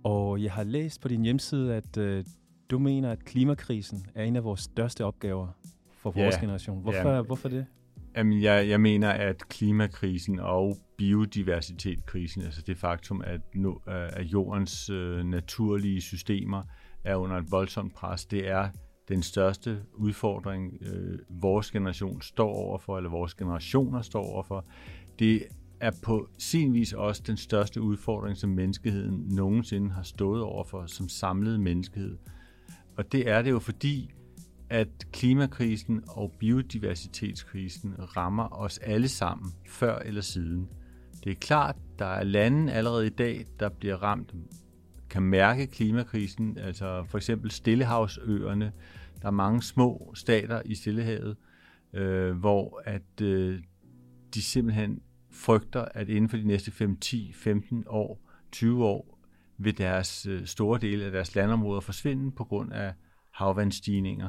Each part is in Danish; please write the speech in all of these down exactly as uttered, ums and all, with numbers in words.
Og jeg har læst på din hjemmeside, at øh, du mener, at klimakrisen er en af vores største opgaver for vores ja, generation. Hvorfor, ja. hvorfor det? Jamen, jeg, jeg mener, at klimakrisen og biodiversitetskrisen, altså det faktum, at, no, at jordens øh, naturlige systemer er under et voldsomt pres, det er den største udfordring, øh, vores generation står overfor, eller vores generationer står overfor. Det er på sin vis også den største udfordring, som menneskeheden nogensinde har stået overfor som samlet menneskehed. Og det er det jo fordi, at klimakrisen og biodiversitetskrisen rammer os alle sammen, før eller siden. Det er klart, der er lande allerede i dag, der bliver ramt, kan mærke klimakrisen, altså for eksempel Stillehavsøerne. Der er mange små stater i Stillehavet, øh, hvor at, øh, de simpelthen frygter, at inden for de næste fem, ti, femten år, tyve år, vil deres øh, store dele af deres landområder forsvinde på grund af havvandsstigninger.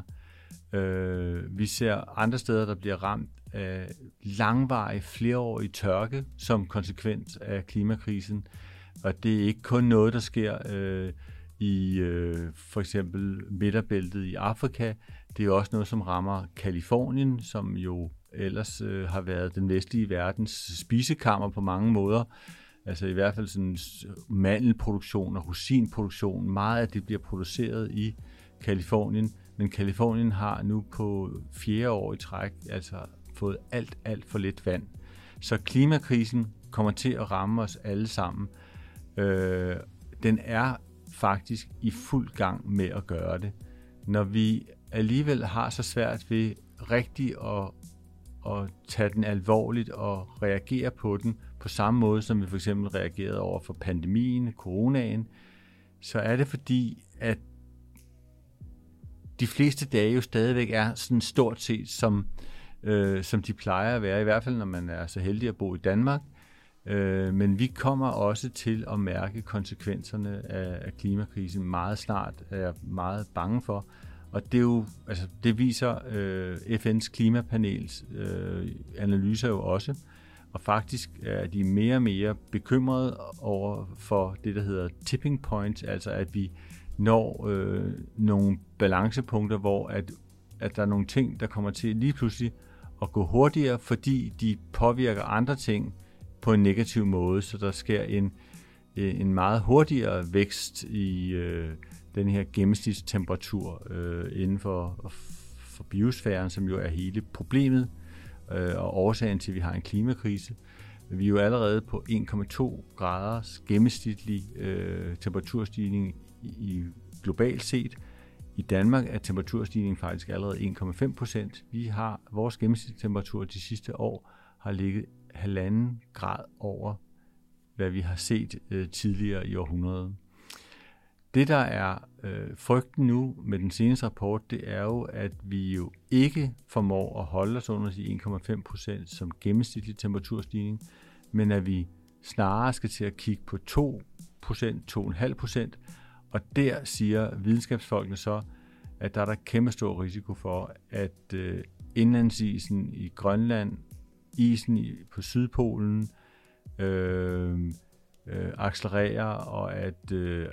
Øh, vi ser andre steder, der bliver ramt af langvarig, flereårig tørke som konsekvens af klimakrisen. Og det er ikke kun noget, der sker øh, i øh, for eksempel midterbæltet i Afrika. Det er også noget, som rammer Californien, som jo ellers øh, har været den vestlige verdens spisekammer på mange måder. Altså i hvert fald sådan mandelproduktion og rosinproduktion. Meget af det bliver produceret i Californien, men Californien har nu på fjerde år i træk altså fået alt, alt for lidt vand. Så klimakrisen kommer til at ramme os alle sammen. Øh, den er faktisk i fuld gang med at gøre det. Når vi alligevel har så svært ved rigtigt at, at tage den alvorligt og reagere på den på samme måde, som vi for eksempel reagerede over for pandemien, coronaen, så er det fordi, at de fleste dage jo stadigvæk er sådan stort set, som, øh, som de plejer at være, i hvert fald når man er så heldig at bo i Danmark. Øh, men vi kommer også til at mærke konsekvenserne af, af klimakrisen meget snart, er jeg meget bange for. Og det, er jo, altså, det viser øh, F N's klimapanels øh, analyser jo også. Og faktisk er de mere og mere bekymrede over for det, der hedder tipping points, altså at vi når øh, nogle balancepunkter, hvor at, at der er nogle ting, der kommer til lige pludselig at gå hurtigere, fordi de påvirker andre ting på en negativ måde, så der sker en, en meget hurtigere vækst i øh, den her gennemsnitstemperatur øh, inden for, for biosfæren, som jo er hele problemet øh, og årsagen til, at vi har en klimakrise. Vi er jo allerede på en komma to graders gennemsnitlig øh, temperaturstigning i globalt set. I Danmark er temperaturstigningen faktisk allerede en komma fem procent. Vi har vores gennemsnitstemperatur de sidste år har ligget halvanden grad over, hvad vi har set øh, tidligere i århundredet. Det, der er øh, frygten nu med den seneste rapport, det er jo, at vi jo ikke formår at holde os under de en komma fem procent som gennemsnitlig temperaturstigning, men at vi snarere skal til at kigge på to procent, to komma fem procent, og der siger videnskabsfolkene så, at der er der kæmpe stor risiko for, at øh, indlandsisen i Grønland, isen i, på Sydpolen øh, øh, accelererer, og at øh,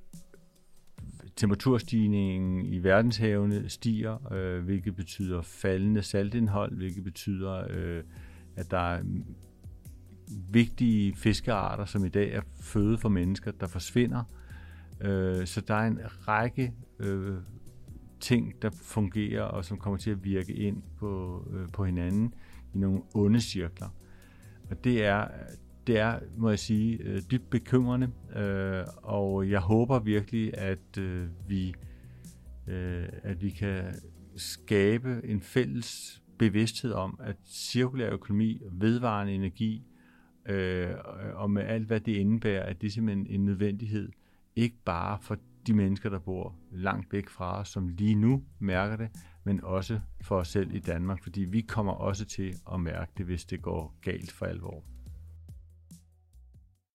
temperaturstigningen i verdenshavene stiger, øh, hvilket betyder faldende saltindhold, hvilket betyder, øh, at der er vigtige fiskearter, som i dag er føde for mennesker, der forsvinder. Øh, så der er en række øh, ting, der fungerer, og som kommer til at virke ind på, øh, på hinanden i nogle onde cirkler. Og det er, det er, må jeg sige, øh, dybt bekymrende, øh, og jeg håber virkelig, at øh, vi, øh, at vi kan skabe en fælles bevidsthed om, at cirkulær økonomi, vedvarende energi, øh, og med alt, hvad det indebærer, at det er simpelthen en nødvendighed, ikke bare for de mennesker, der bor langt væk fra os, som lige nu mærker det, men også for os selv i Danmark, fordi vi kommer også til at mærke det, hvis det går galt for alvor.